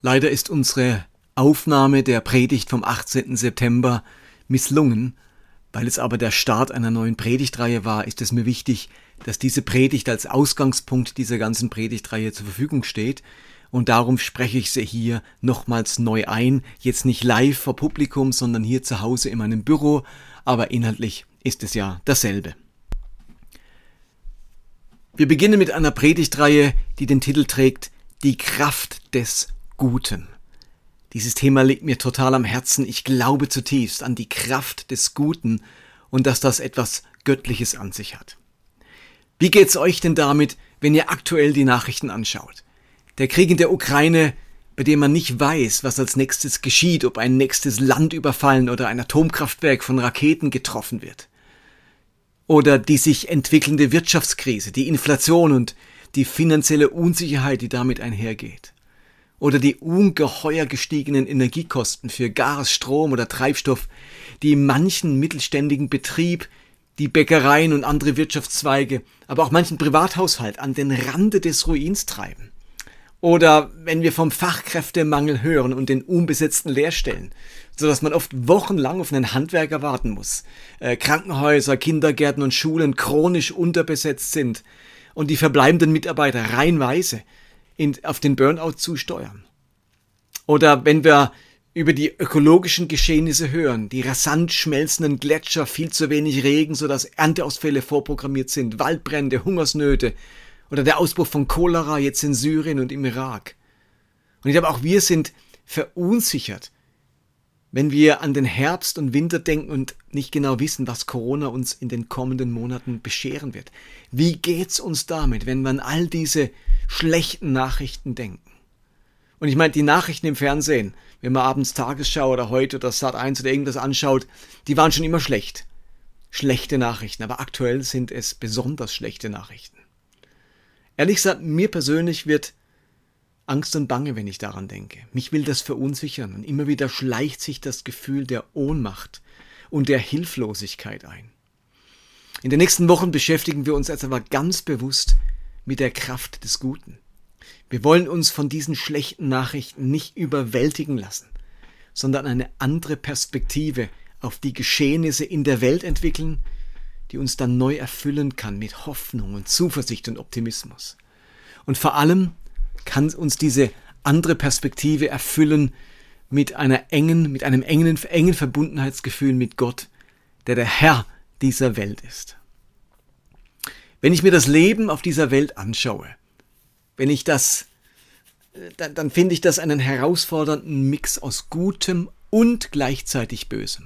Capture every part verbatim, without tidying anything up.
Leider ist unsere Aufnahme der Predigt vom achtzehnten September misslungen. Weil es aber der Start einer neuen Predigtreihe war, ist es mir wichtig, dass diese Predigt als Ausgangspunkt dieser ganzen Predigtreihe zur Verfügung steht. Und darum spreche ich sie hier nochmals neu ein. Jetzt nicht live vor Publikum, sondern hier zu Hause in meinem Büro. Aber inhaltlich ist es ja dasselbe. Wir beginnen mit einer Predigtreihe, die den Titel trägt: Die Kraft des Guten. Dieses Thema liegt mir total am Herzen. Ich glaube zutiefst an die Kraft des Guten und dass das etwas Göttliches an sich hat. Wie geht's euch denn damit, wenn ihr aktuell die Nachrichten anschaut? Der Krieg in der Ukraine, bei dem man nicht weiß, was als nächstes geschieht, ob ein nächstes Land überfallen oder ein Atomkraftwerk von Raketen getroffen wird. Oder die sich entwickelnde Wirtschaftskrise, die Inflation und die finanzielle Unsicherheit, die damit einhergeht. Oder die ungeheuer gestiegenen Energiekosten für Gas, Strom oder Treibstoff, die manchen mittelständigen Betrieb, die Bäckereien und andere Wirtschaftszweige, aber auch manchen Privathaushalt an den Rande des Ruins treiben. Oder wenn wir vom Fachkräftemangel hören und den unbesetzten Lehrstellen, sodass man oft wochenlang auf einen Handwerker warten muss, äh, Krankenhäuser, Kindergärten und Schulen chronisch unterbesetzt sind und die verbleibenden Mitarbeiter reihenweise in, auf den Burnout zusteuern. Oder wenn wir über die ökologischen Geschehnisse hören, die rasant schmelzenden Gletscher, viel zu wenig Regen, sodass Ernteausfälle vorprogrammiert sind, Waldbrände, Hungersnöte oder der Ausbruch von Cholera jetzt in Syrien und im Irak. Und ich glaube, auch wir sind verunsichert, wenn wir an den Herbst und Winter denken und nicht genau wissen, was Corona uns in den kommenden Monaten bescheren wird. Wie geht's uns damit, wenn wir an all diese schlechten Nachrichten denken? Und ich meine, die Nachrichten im Fernsehen, wenn man abends Tagesschau oder heute oder Sat eins oder irgendwas anschaut, die waren schon immer schlecht. Schlechte Nachrichten, aber aktuell sind es besonders schlechte Nachrichten. Ehrlich gesagt, mir persönlich wird Angst und Bange, wenn ich daran denke. Mich will das verunsichern und immer wieder schleicht sich das Gefühl der Ohnmacht und der Hilflosigkeit ein. In den nächsten Wochen beschäftigen wir uns jetzt aber ganz bewusst mit der Kraft des Guten. Wir wollen uns von diesen schlechten Nachrichten nicht überwältigen lassen, sondern eine andere Perspektive auf die Geschehnisse in der Welt entwickeln, die uns dann neu erfüllen kann mit Hoffnung und Zuversicht und Optimismus. Und vor allem kann uns diese andere Perspektive erfüllen mit einer engen, mit einem engen, engen Verbundenheitsgefühl mit Gott, der der Herr dieser Welt ist. Wenn ich mir das Leben auf dieser Welt anschaue, wenn ich das, dann, dann finde ich das einen herausfordernden Mix aus Gutem und gleichzeitig Bösem.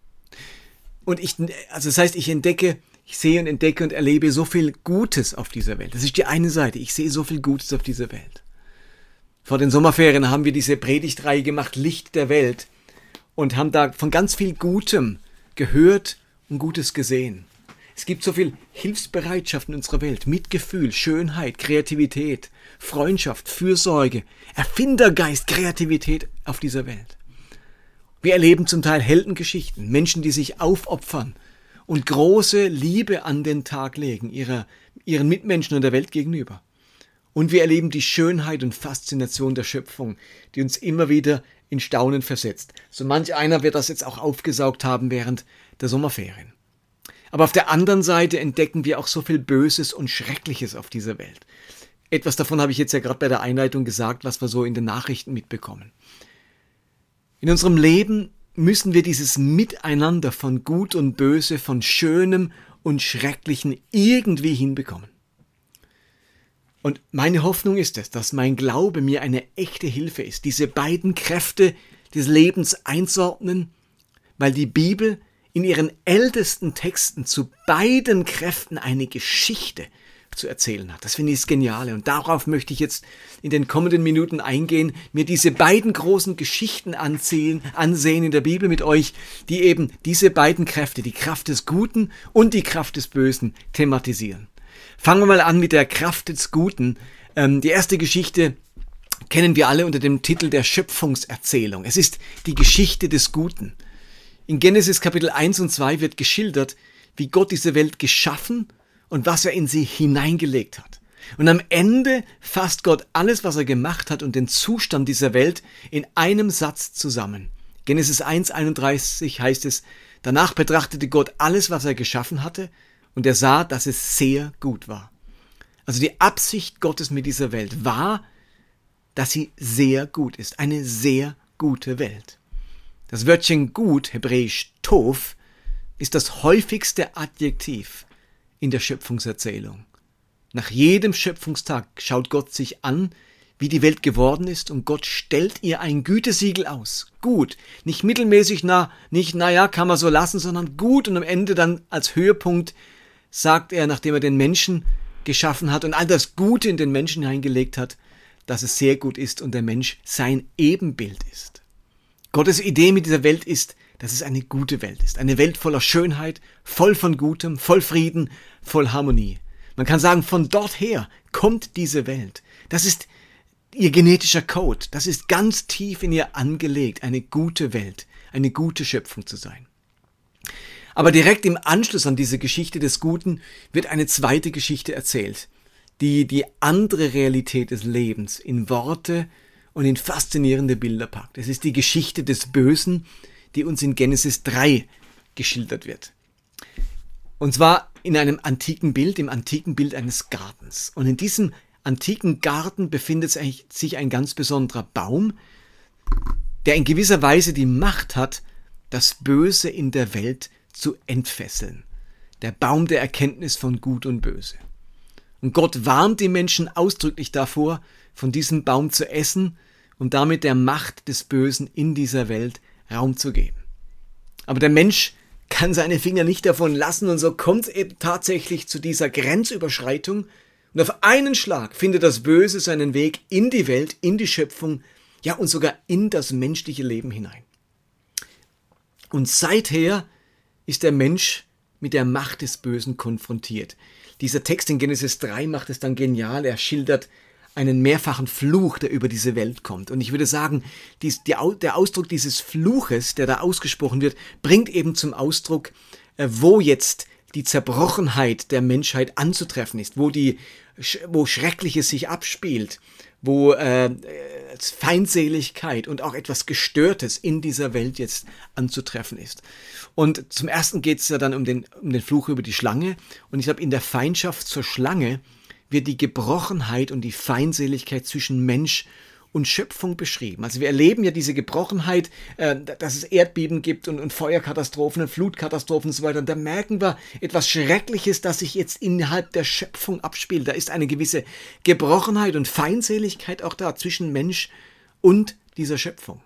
Und ich, also das heißt, ich entdecke, ich sehe und entdecke und erlebe so viel Gutes auf dieser Welt. Das ist die eine Seite. Ich sehe so viel Gutes auf dieser Welt. Vor den Sommerferien haben wir diese Predigtreihe gemacht, Licht der Welt, und haben da von ganz viel Gutem gehört und Gutes gesehen. Es gibt so viel Hilfsbereitschaft in unserer Welt, Mitgefühl, Schönheit, Kreativität, Freundschaft, Fürsorge, Erfindergeist, Kreativität auf dieser Welt. Wir erleben zum Teil Heldengeschichten, Menschen, die sich aufopfern und große Liebe an den Tag legen, ihrer, ihren Mitmenschen und der Welt gegenüber. Und wir erleben die Schönheit und Faszination der Schöpfung, die uns immer wieder in Staunen versetzt. So manch einer wird das jetzt auch aufgesaugt haben während der Sommerferien. Aber auf der anderen Seite entdecken wir auch so viel Böses und Schreckliches auf dieser Welt. Etwas davon habe ich jetzt ja gerade bei der Einleitung gesagt, was wir so in den Nachrichten mitbekommen. In unserem Leben müssen wir dieses Miteinander von Gut und Böse, von Schönem und Schrecklichen irgendwie hinbekommen. Und meine Hoffnung ist es, dass mein Glaube mir eine echte Hilfe ist, diese beiden Kräfte des Lebens einzuordnen, weil die Bibel in ihren ältesten Texten zu beiden Kräften eine Geschichte zu erzählen hat. Das finde ich das Geniale. Und darauf möchte ich jetzt in den kommenden Minuten eingehen, mir diese beiden großen Geschichten ansehen, ansehen in der Bibel mit euch, die eben diese beiden Kräfte, die Kraft des Guten und die Kraft des Bösen, thematisieren. Fangen wir mal an mit der Kraft des Guten. Ähm, die erste Geschichte kennen wir alle unter dem Titel der Schöpfungserzählung. Es ist die Geschichte des Guten. In Genesis Kapitel eins und zwei wird geschildert, wie Gott diese Welt geschaffen und was er in sie hineingelegt hat. Und am Ende fasst Gott alles, was er gemacht hat und den Zustand dieser Welt in einem Satz zusammen. Genesis eins einunddreißig heißt es, danach betrachtete Gott alles, was er geschaffen hatte, und er sah, dass es sehr gut war. Also die Absicht Gottes mit dieser Welt war, dass sie sehr gut ist, eine sehr gute Welt. Das Wörtchen gut, hebräisch tov, ist das häufigste Adjektiv in der Schöpfungserzählung. Nach jedem Schöpfungstag schaut Gott sich an, wie die Welt geworden ist, und Gott stellt ihr ein Gütesiegel aus. Gut, nicht mittelmäßig, na, nicht, naja, kann man so lassen, sondern gut, und am Ende dann als Höhepunkt sagt er, nachdem er den Menschen geschaffen hat und all das Gute in den Menschen hineingelegt hat, dass es sehr gut ist und der Mensch sein Ebenbild ist. Gottes Idee mit dieser Welt ist, dass es eine gute Welt ist. Eine Welt voller Schönheit, voll von Gutem, voll Frieden, voll Harmonie. Man kann sagen, von dort her kommt diese Welt. Das ist ihr genetischer Code. Das ist ganz tief in ihr angelegt, eine gute Welt, eine gute Schöpfung zu sein. Aber direkt im Anschluss an diese Geschichte des Guten wird eine zweite Geschichte erzählt, die die andere Realität des Lebens in Worte und in faszinierende Bilder packt. Es ist die Geschichte des Bösen, die uns in Genesis drei geschildert wird. Und zwar in einem antiken Bild, im antiken Bild eines Gartens. Und in diesem antiken Garten befindet sich ein ganz besonderer Baum, der in gewisser Weise die Macht hat, das Böse in der Welt zu entfesseln. Der Baum der Erkenntnis von Gut und Böse. Und Gott warnt die Menschen ausdrücklich davor, von diesem Baum zu essen und damit der Macht des Bösen in dieser Welt Raum zu geben. Aber der Mensch kann seine Finger nicht davon lassen, und so kommt es eben tatsächlich zu dieser Grenzüberschreitung, und auf einen Schlag findet das Böse seinen Weg in die Welt, in die Schöpfung, ja und sogar in das menschliche Leben hinein. Und seither ist der Mensch mit der Macht des Bösen konfrontiert. Dieser Text in Genesis drei macht es dann genial. Er schildert einen mehrfachen Fluch, der über diese Welt kommt. Und ich würde sagen, dies, die, der Ausdruck dieses Fluches, der da ausgesprochen wird, bringt eben zum Ausdruck, äh, wo jetzt die Zerbrochenheit der Menschheit anzutreffen ist, wo, die, wo Schreckliches sich abspielt, wo äh, Feindseligkeit und auch etwas Gestörtes in dieser Welt jetzt anzutreffen ist. Und zum Ersten geht es ja dann um den, um den Fluch über die Schlange. Und ich glaube, in der Feindschaft zur Schlange wird die Gebrochenheit und die Feindseligkeit zwischen Mensch und Schöpfung beschrieben. Also wir erleben ja diese Gebrochenheit, äh, dass es Erdbeben gibt und, und Feuerkatastrophen und Flutkatastrophen und so weiter. Und da merken wir etwas Schreckliches, das sich jetzt innerhalb der Schöpfung abspielt. Da ist eine gewisse Gebrochenheit und Feindseligkeit auch da zwischen Mensch und dieser Schöpfung.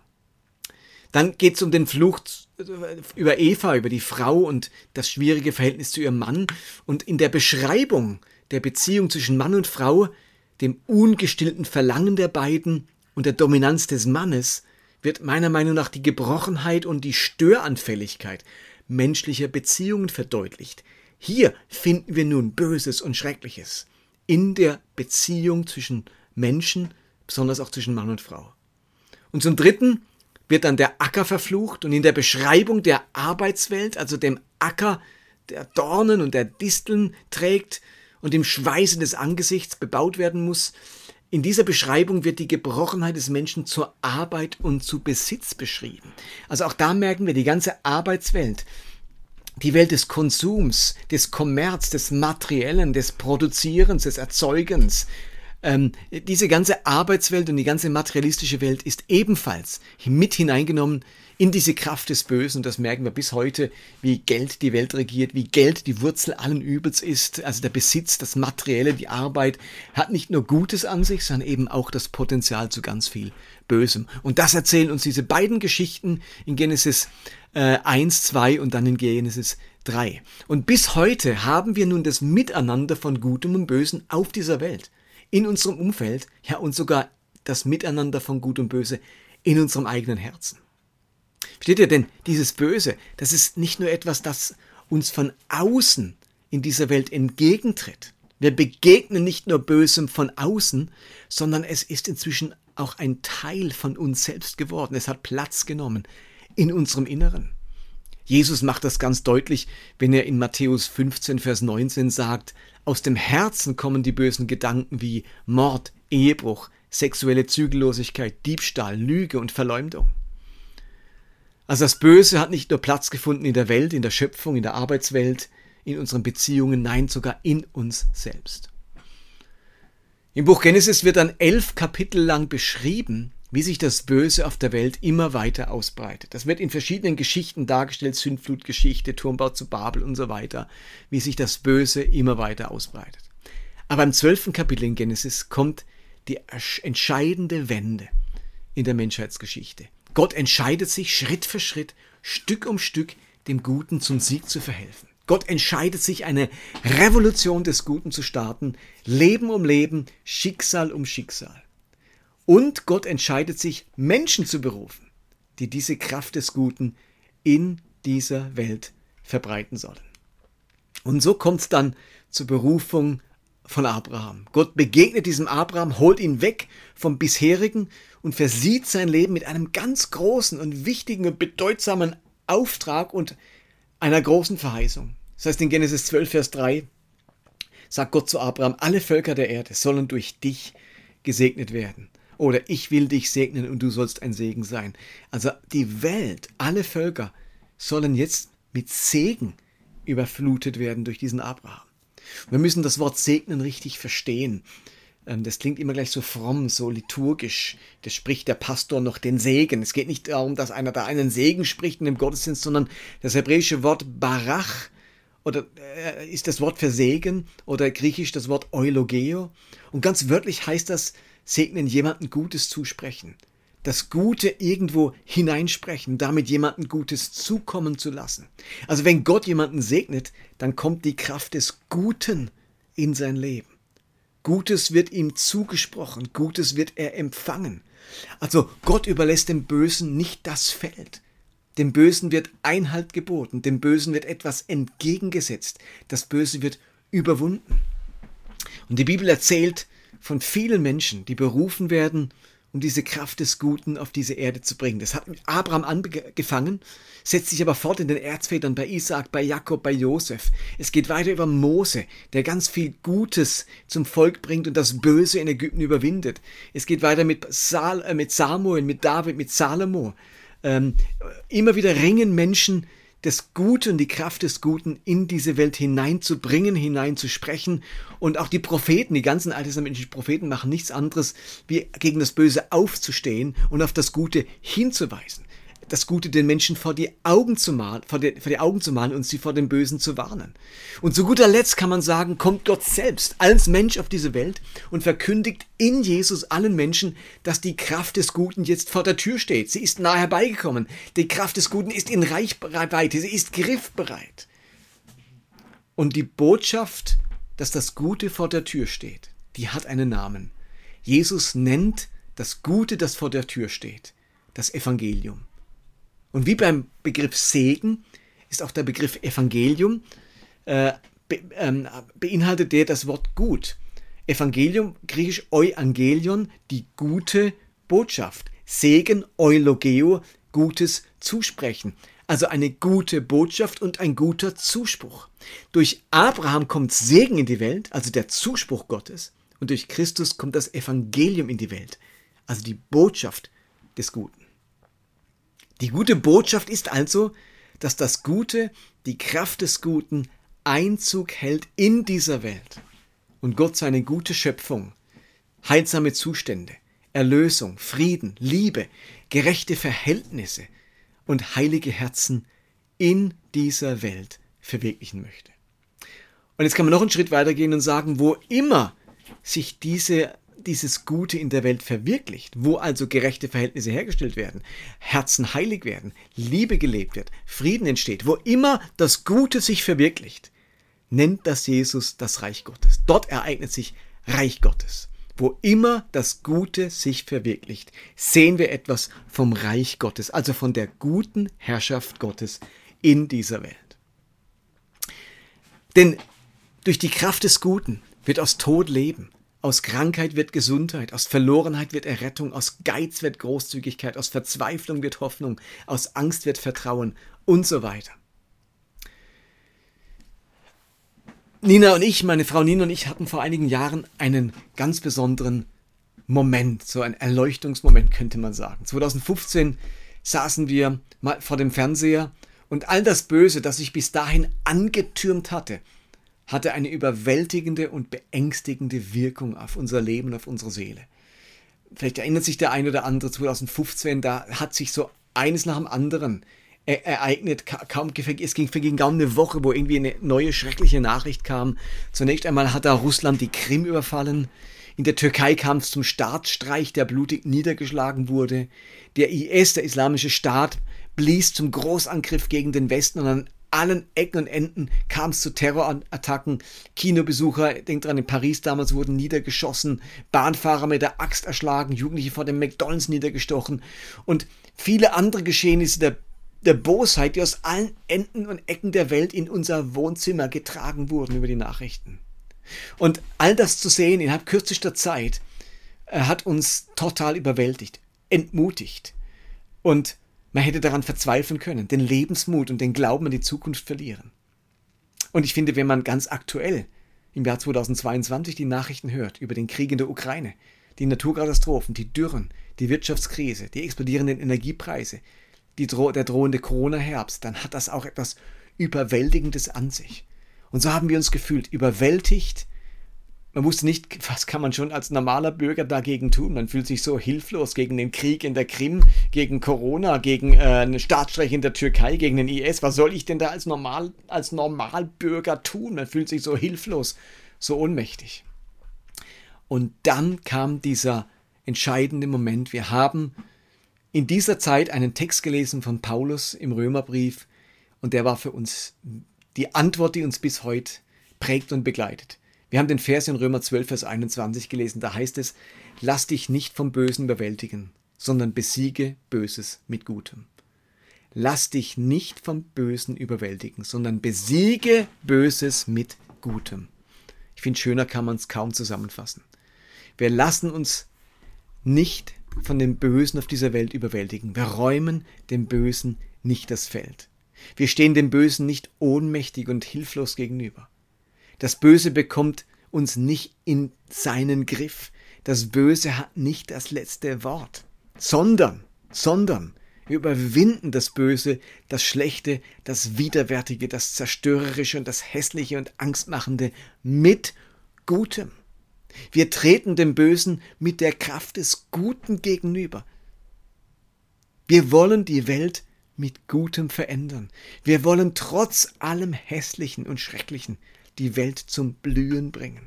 Dann geht es um den Fluch über Eva, über die Frau und das schwierige Verhältnis zu ihrem Mann. Und in der Beschreibung der Beziehung zwischen Mann und Frau, dem ungestillten Verlangen der beiden und der Dominanz des Mannes, wird meiner Meinung nach die Gebrochenheit und die Störanfälligkeit menschlicher Beziehungen verdeutlicht. Hier finden wir nun Böses und Schreckliches in der Beziehung zwischen Menschen, besonders auch zwischen Mann und Frau. Und zum Dritten wird dann der Acker verflucht, und in der Beschreibung der Arbeitswelt, also dem Acker, der Dornen und der Disteln trägt und im Schweiße des Angesichts bebaut werden muss, in dieser Beschreibung wird die Gebrochenheit des Menschen zur Arbeit und zu Besitz beschrieben. Also auch da merken wir, die ganze Arbeitswelt, die Welt des Konsums, des Kommerz, des Materiellen, des Produzierens, des Erzeugens, ähm, diese ganze Arbeitswelt und die ganze materialistische Welt ist ebenfalls mit hineingenommen in diese Kraft des Bösen. Und das merken wir bis heute, wie Geld die Welt regiert, wie Geld die Wurzel allen Übels ist. Also der Besitz, das Materielle, die Arbeit hat nicht nur Gutes an sich, sondern eben auch das Potenzial zu ganz viel Bösem. Und das erzählen uns diese beiden Geschichten in Genesis äh, eins, zwei und dann in Genesis drei. Und bis heute haben wir nun das Miteinander von Gutem und Bösen auf dieser Welt, in unserem Umfeld, ja und sogar das Miteinander von Gut und Böse in unserem eigenen Herzen. Versteht ihr denn, dieses Böse, das ist nicht nur etwas, das uns von außen in dieser Welt entgegentritt. Wir begegnen nicht nur Bösem von außen, sondern es ist inzwischen auch ein Teil von uns selbst geworden. Es hat Platz genommen in unserem Inneren. Jesus macht das ganz deutlich, wenn er in Matthäus fünfzehn, Vers neunzehn sagt, aus dem Herzen kommen die bösen Gedanken wie Mord, Ehebruch, sexuelle Zügellosigkeit, Diebstahl, Lüge und Verleumdung. Also das Böse hat nicht nur Platz gefunden in der Welt, in der Schöpfung, in der Arbeitswelt, in unseren Beziehungen, nein, sogar in uns selbst. Im Buch Genesis wird dann elf Kapitel lang beschrieben, wie sich das Böse auf der Welt immer weiter ausbreitet. Das wird in verschiedenen Geschichten dargestellt, Sündflutgeschichte, Turmbau zu Babel und so weiter, wie sich das Böse immer weiter ausbreitet. Aber im zwölften Kapitel in Genesis kommt die entscheidende Wende in der Menschheitsgeschichte. Gott entscheidet sich Schritt für Schritt, Stück um Stück, dem Guten zum Sieg zu verhelfen. Gott entscheidet sich, eine Revolution des Guten zu starten, Leben um Leben, Schicksal um Schicksal. Und Gott entscheidet sich, Menschen zu berufen, die diese Kraft des Guten in dieser Welt verbreiten sollen. Und so kommt es dann zur Berufung von Abraham. Gott begegnet diesem Abraham, holt ihn weg vom bisherigen und versieht sein Leben mit einem ganz großen und wichtigen und bedeutsamen Auftrag und einer großen Verheißung. Das heißt in Genesis zwölf, Vers drei, sagt Gott zu Abraham, alle Völker der Erde sollen durch dich gesegnet werden. Oder ich will dich segnen und du sollst ein Segen sein. Also die Welt, alle Völker sollen jetzt mit Segen überflutet werden durch diesen Abraham. Wir müssen das Wort segnen richtig verstehen. Das klingt immer gleich so fromm, so liturgisch. Das spricht der Pastor noch den Segen. Es geht nicht darum, dass einer da einen Segen spricht in dem Gottesdienst, sondern das hebräische Wort Barach oder äh, ist das Wort für Segen oder griechisch das Wort Eulogeo. Und ganz wörtlich heißt das, segnen, jemandem Gutes zusprechen. Das Gute irgendwo hineinsprechen, damit jemandem Gutes zukommen zu lassen. Also wenn Gott jemanden segnet, dann kommt die Kraft des Guten in sein Leben. Gutes wird ihm zugesprochen, Gutes wird er empfangen. Also Gott überlässt dem Bösen nicht das Feld. Dem Bösen wird Einhalt geboten, dem Bösen wird etwas entgegengesetzt. Das Böse wird überwunden. Und die Bibel erzählt von vielen Menschen, die berufen werden, um diese Kraft des Guten auf diese Erde zu bringen. Das hat mit Abraham angefangen, setzt sich aber fort in den Erzvätern, bei Isaak, bei Jakob, bei Josef. Es geht weiter über Mose, der ganz viel Gutes zum Volk bringt und das Böse in Ägypten überwindet. Es geht weiter mit, Sal, äh, mit Samuel, mit David, mit Salomo. Ähm, immer wieder ringen Menschen, das Gute und die Kraft des Guten in diese Welt hineinzubringen, hineinzusprechen. Und auch die Propheten, die ganzen alttestamentlichen Propheten machen nichts anderes, wie gegen das Böse aufzustehen und auf das Gute hinzuweisen. Das Gute den Menschen vor die Augen zu malen, vor die, vor die Augen zu malen und sie vor dem Bösen zu warnen. Und zu guter Letzt kann man sagen, kommt Gott selbst als Mensch auf diese Welt und verkündigt in Jesus allen Menschen, dass die Kraft des Guten jetzt vor der Tür steht. Sie ist nahe herbeigekommen. Die Kraft des Guten ist in Reichweite, sie ist griffbereit. Und die Botschaft, dass das Gute vor der Tür steht, die hat einen Namen. Jesus nennt das Gute, das vor der Tür steht, das Evangelium. Und wie beim Begriff Segen ist auch der Begriff Evangelium, äh, be, ähm, beinhaltet der das Wort gut. Evangelium, griechisch Euangelion, die gute Botschaft. Segen, Eulogeo, gutes Zusprechen. Also eine gute Botschaft und ein guter Zuspruch. Durch Abraham kommt Segen in die Welt, also der Zuspruch Gottes. Und durch Christus kommt das Evangelium in die Welt, also die Botschaft des Guten. Die gute Botschaft ist also, dass das Gute, die Kraft des Guten Einzug hält in dieser Welt und Gott seine gute Schöpfung, heilsame Zustände, Erlösung, Frieden, Liebe, gerechte Verhältnisse und heilige Herzen in dieser Welt verwirklichen möchte. Und jetzt kann man noch einen Schritt weitergehen und sagen, wo immer sich diese dieses Gute in der Welt verwirklicht, wo also gerechte Verhältnisse hergestellt werden, Herzen heilig werden, Liebe gelebt wird, Frieden entsteht, wo immer das Gute sich verwirklicht, nennt das Jesus das Reich Gottes. Dort ereignet sich Reich Gottes. Wo immer das Gute sich verwirklicht, sehen wir etwas vom Reich Gottes, also von der guten Herrschaft Gottes in dieser Welt. Denn durch die Kraft des Guten wird aus Tod Leben, Aus Krankheit wird Gesundheit, aus Verlorenheit wird Errettung, aus Geiz wird Großzügigkeit, aus Verzweiflung wird Hoffnung, aus Angst wird Vertrauen und so weiter. Nina und ich, meine Frau Nina und ich hatten vor einigen Jahren einen ganz besonderen Moment, so ein Erleuchtungsmoment könnte man sagen. zwanzig fünfzehn saßen wir mal vor dem Fernseher und all das Böse, das sich bis dahin angetürmt hatte, hatte eine überwältigende und beängstigende Wirkung auf unser Leben, auf unsere Seele. Vielleicht erinnert sich der ein oder andere, zwanzig fünfzehn, da hat sich so eines nach dem anderen ereignet, kaum, es ging verging kaum eine Woche, wo irgendwie eine neue schreckliche Nachricht kam. Zunächst einmal hat da Russland die Krim überfallen. In der Türkei kam es zum Staatsstreich, der blutig niedergeschlagen wurde. Der I S, der Islamische Staat, blies zum Großangriff gegen den Westen und an allen Ecken und Enden kam es zu Terrorattacken. Kinobesucher, denkt dran, in Paris damals wurden niedergeschossen, Bahnfahrer mit der Axt erschlagen, Jugendliche vor dem McDonalds niedergestochen und viele andere Geschehnisse der der Bosheit, die aus allen Enden und Ecken der Welt in unser Wohnzimmer getragen wurden über die Nachrichten. Und all das zu sehen innerhalb kürzester Zeit äh, hat uns total überwältigt, entmutigt. Und man hätte daran verzweifeln können, den Lebensmut und den Glauben an die Zukunft verlieren. Und ich finde, wenn man ganz aktuell im Jahr zweitausendzweiundzwanzig die Nachrichten hört über den Krieg in der Ukraine, die Naturkatastrophen, die Dürren, die Wirtschaftskrise, die explodierenden Energiepreise, Die dro- der drohende Corona-Herbst, dann hat das auch etwas Überwältigendes an sich. Und so haben wir uns gefühlt, überwältigt. Man wusste nicht, was kann man schon als normaler Bürger dagegen tun. Man fühlt sich so hilflos gegen den Krieg in der Krim, gegen Corona, gegen äh, einen Staatsstreich in der Türkei, gegen den I S. Was soll ich denn da als, Normal, als Normalbürger tun? Man fühlt sich so hilflos, so ohnmächtig. Und dann kam dieser entscheidende Moment. Wir haben in dieser Zeit einen Text gelesen von Paulus im Römerbrief und der war für uns die Antwort, die uns bis heute prägt und begleitet. Wir haben den Vers in Römer zwölf, Vers einundzwanzig gelesen, da heißt es, lass dich nicht vom Bösen überwältigen, sondern besiege Böses mit Gutem. Lass dich nicht vom Bösen überwältigen, sondern besiege Böses mit Gutem. Ich finde, schöner kann man es kaum zusammenfassen. Wir lassen uns nicht von dem Bösen auf dieser Welt überwältigen. Wir räumen dem Bösen nicht das Feld. Wir stehen dem Bösen nicht ohnmächtig und hilflos gegenüber. Das Böse bekommt uns nicht in seinen Griff. Das Böse hat nicht das letzte Wort, sondern, sondern wir überwinden das Böse, das Schlechte, das Widerwärtige, das Zerstörerische und das Hässliche und Angstmachende mit Gutem. Wir treten dem Bösen mit der Kraft des Guten gegenüber. Wir wollen die Welt mit Gutem verändern. Wir wollen trotz allem Hässlichen und Schrecklichen die Welt zum Blühen bringen.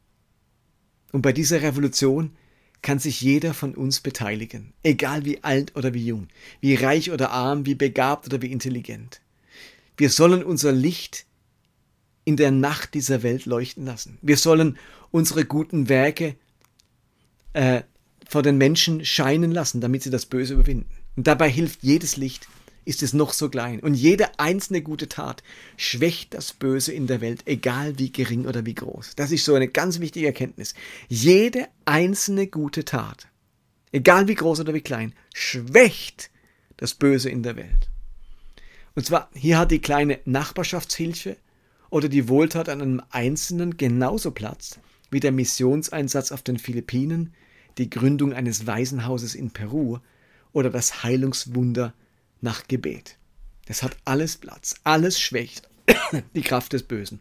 Und bei dieser Revolution kann sich jeder von uns beteiligen, egal wie alt oder wie jung, wie reich oder arm, wie begabt oder wie intelligent. Wir sollen unser Licht in der Nacht dieser Welt leuchten lassen. Wir sollen unsere guten Werke äh, vor den Menschen scheinen lassen, damit sie das Böse überwinden. Und dabei hilft jedes Licht, ist es noch so klein. Und jede einzelne gute Tat schwächt das Böse in der Welt, egal wie gering oder wie groß. Das ist so eine ganz wichtige Erkenntnis. Jede einzelne gute Tat, egal wie groß oder wie klein, schwächt das Böse in der Welt. Und zwar, hier hat die kleine Nachbarschaftshilfe oder die Wohltat an einem Einzelnen genauso Platz wie der Missionseinsatz auf den Philippinen, die Gründung eines Waisenhauses in Peru oder das Heilungswunder nach Gebet. Das hat alles Platz, alles schwächt die Kraft des Bösen.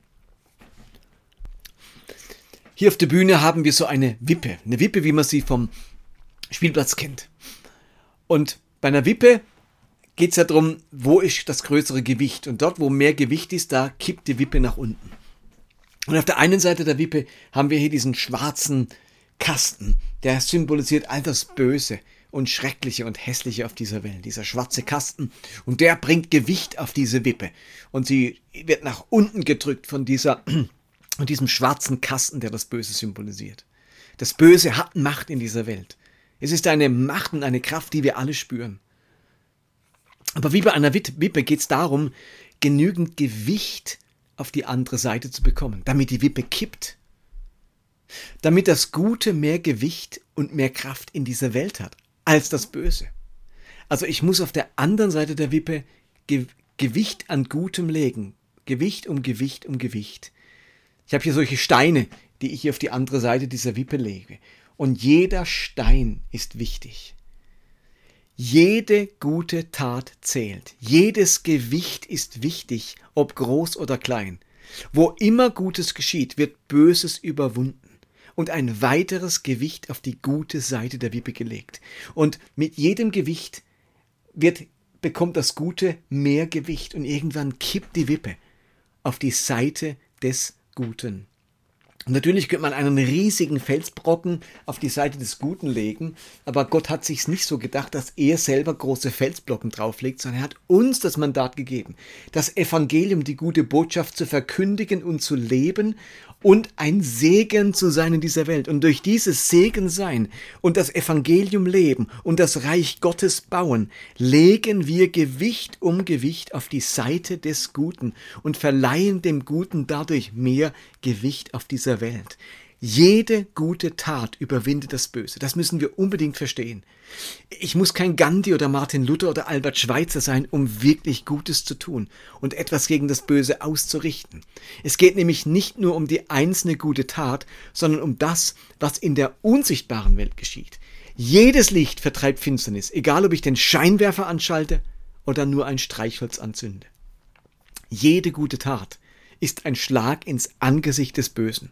Hier auf der Bühne haben wir so eine Wippe, eine Wippe, wie man sie vom Spielplatz kennt. Und bei einer Wippe geht es ja darum, wo ist das größere Gewicht. Und dort, wo mehr Gewicht ist, da kippt die Wippe nach unten. Und auf der einen Seite der Wippe haben wir hier diesen schwarzen Kasten, der symbolisiert all das Böse und Schreckliche und Hässliche auf dieser Welt. Dieser schwarze Kasten. Und der bringt Gewicht auf diese Wippe. Und sie wird nach unten gedrückt von dieser, von diesem schwarzen Kasten, der das Böse symbolisiert. Das Böse hat Macht in dieser Welt. Es ist eine Macht und eine Kraft, die wir alle spüren. Aber wie bei einer Wippe geht es darum, genügend Gewicht auf die andere Seite zu bekommen, damit die Wippe kippt. Damit das Gute mehr Gewicht und mehr Kraft in dieser Welt hat als das Böse. Also ich muss auf der anderen Seite der Wippe Ge- Gewicht an Gutem legen. Gewicht um Gewicht um Gewicht. Ich habe hier solche Steine, die ich hier auf die andere Seite dieser Wippe lege. Und jeder Stein ist wichtig. Jede gute Tat zählt. Jedes Gewicht ist wichtig, ob groß oder klein. Wo immer Gutes geschieht, wird Böses überwunden und ein weiteres Gewicht auf die gute Seite der Wippe gelegt. Und mit jedem Gewicht wird, bekommt das Gute mehr Gewicht und irgendwann kippt die Wippe auf die Seite des Guten. Und natürlich könnte man einen riesigen Felsbrocken auf die Seite des Guten legen, aber Gott hat sich's nicht so gedacht, dass er selber große Felsbrocken drauflegt, sondern er hat uns das Mandat gegeben, das Evangelium, die gute Botschaft zu verkündigen und zu leben und ein Segen zu sein in dieser Welt. Und durch dieses Segen sein und das Evangelium leben und das Reich Gottes bauen, legen wir Gewicht um Gewicht auf die Seite des Guten und verleihen dem Guten dadurch mehr Gewicht auf dieser Welt. Jede gute Tat überwindet das Böse. Das müssen wir unbedingt verstehen. Ich muss kein Gandhi oder Martin Luther oder Albert Schweitzer sein, um wirklich Gutes zu tun und etwas gegen das Böse auszurichten. Es geht nämlich nicht nur um die einzelne gute Tat, sondern um das, was in der unsichtbaren Welt geschieht. Jedes Licht vertreibt Finsternis, egal ob ich den Scheinwerfer anschalte oder nur ein Streichholz anzünde. Jede gute Tat ist ein Schlag ins Angesicht des Bösen.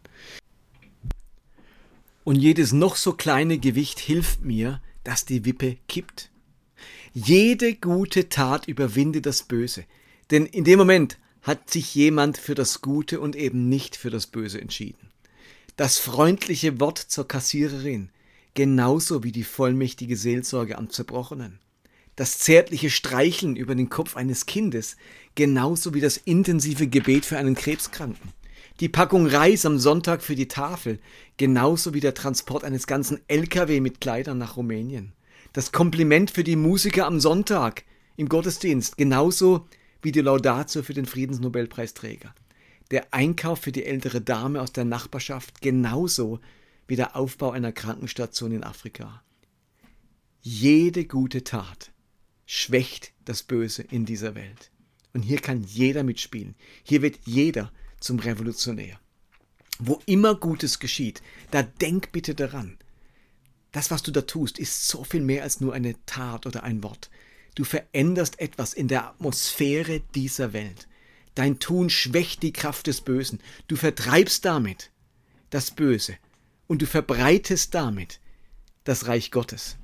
Und jedes noch so kleine Gewicht hilft mir, dass die Wippe kippt. Jede gute Tat überwindet das Böse. Denn in dem Moment hat sich jemand für das Gute und eben nicht für das Böse entschieden. Das freundliche Wort zur Kassiererin, genauso wie die vollmächtige Seelsorge am Zerbrochenen. Das zärtliche Streicheln über den Kopf eines Kindes, genauso wie das intensive Gebet für einen Krebskranken. Die Packung Reis am Sonntag für die Tafel, genauso wie der Transport eines ganzen L K W mit Kleidern nach Rumänien. Das Kompliment für die Musiker am Sonntag im Gottesdienst, genauso wie die Laudatio für den Friedensnobelpreisträger. Der Einkauf für die ältere Dame aus der Nachbarschaft, genauso wie der Aufbau einer Krankenstation in Afrika. Jede gute Tat schwächt das Böse in dieser Welt. Und hier kann jeder mitspielen. Hier wird jeder zum Revolutionär. Wo immer Gutes geschieht, da denk bitte daran. Das, was du da tust, ist so viel mehr als nur eine Tat oder ein Wort. Du veränderst etwas in der Atmosphäre dieser Welt. Dein Tun schwächt die Kraft des Bösen. Du vertreibst damit das Böse und du verbreitest damit das Reich Gottes.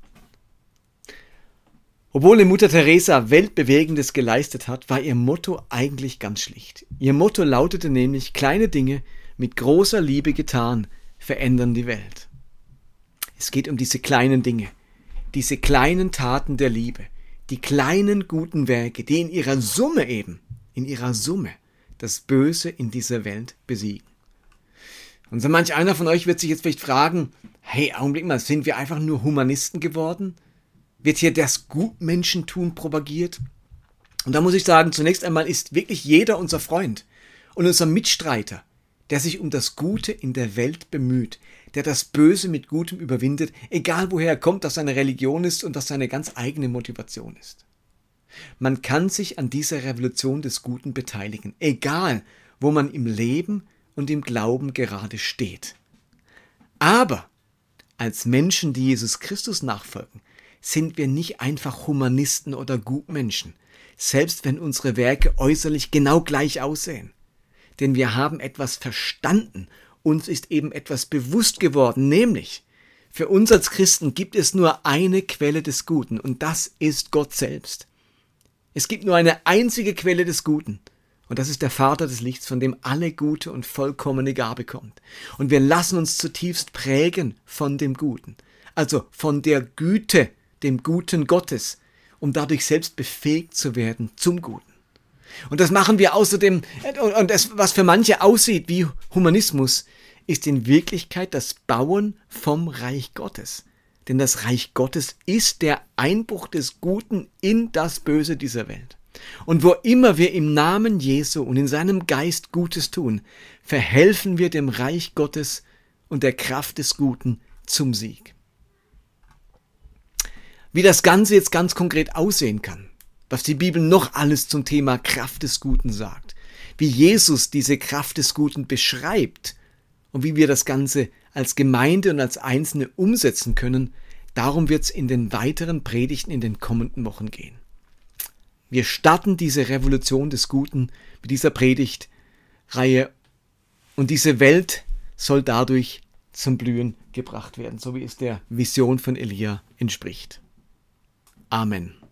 Obwohl die Mutter Teresa Weltbewegendes geleistet hat, war ihr Motto eigentlich ganz schlicht. Ihr Motto lautete nämlich: Kleine Dinge mit großer Liebe getan verändern die Welt. Es geht um diese kleinen Dinge, diese kleinen Taten der Liebe, die kleinen guten Werke, die in ihrer Summe eben, in ihrer Summe das Böse in dieser Welt besiegen. Und so manch einer von euch wird sich jetzt vielleicht fragen: Hey, Augenblick mal, sind wir einfach nur Humanisten geworden? Wird hier das Gutmenschentum propagiert? Und da muss ich sagen, zunächst einmal ist wirklich jeder unser Freund und unser Mitstreiter, der sich um das Gute in der Welt bemüht, der das Böse mit Gutem überwindet, egal woher er kommt, was seine Religion ist und was seine ganz eigene Motivation ist. Man kann sich an dieser Revolution des Guten beteiligen, egal wo man im Leben und im Glauben gerade steht. Aber als Menschen, die Jesus Christus nachfolgen, sind wir nicht einfach Humanisten oder Gutmenschen, selbst wenn unsere Werke äußerlich genau gleich aussehen. Denn wir haben etwas verstanden, uns ist eben etwas bewusst geworden, nämlich für uns als Christen gibt es nur eine Quelle des Guten und das ist Gott selbst. Es gibt nur eine einzige Quelle des Guten und das ist der Vater des Lichts, von dem alle gute und vollkommene Gabe kommt. Und wir lassen uns zutiefst prägen von dem Guten, also von der Güte, dem Guten Gottes, um dadurch selbst befähigt zu werden zum Guten. Und das machen wir außerdem, und das, was für manche aussieht wie Humanismus, ist in Wirklichkeit das Bauen vom Reich Gottes. Denn das Reich Gottes ist der Einbruch des Guten in das Böse dieser Welt. Und wo immer wir im Namen Jesu und in seinem Geist Gutes tun, verhelfen wir dem Reich Gottes und der Kraft des Guten zum Sieg. Wie das Ganze jetzt ganz konkret aussehen kann, was die Bibel noch alles zum Thema Kraft des Guten sagt, wie Jesus diese Kraft des Guten beschreibt und wie wir das Ganze als Gemeinde und als Einzelne umsetzen können, darum wird es in den weiteren Predigten in den kommenden Wochen gehen. Wir starten diese Revolution des Guten mit dieser Predigtreihe und diese Welt soll dadurch zum Blühen gebracht werden, so wie es der Vision von Elia entspricht. Amen.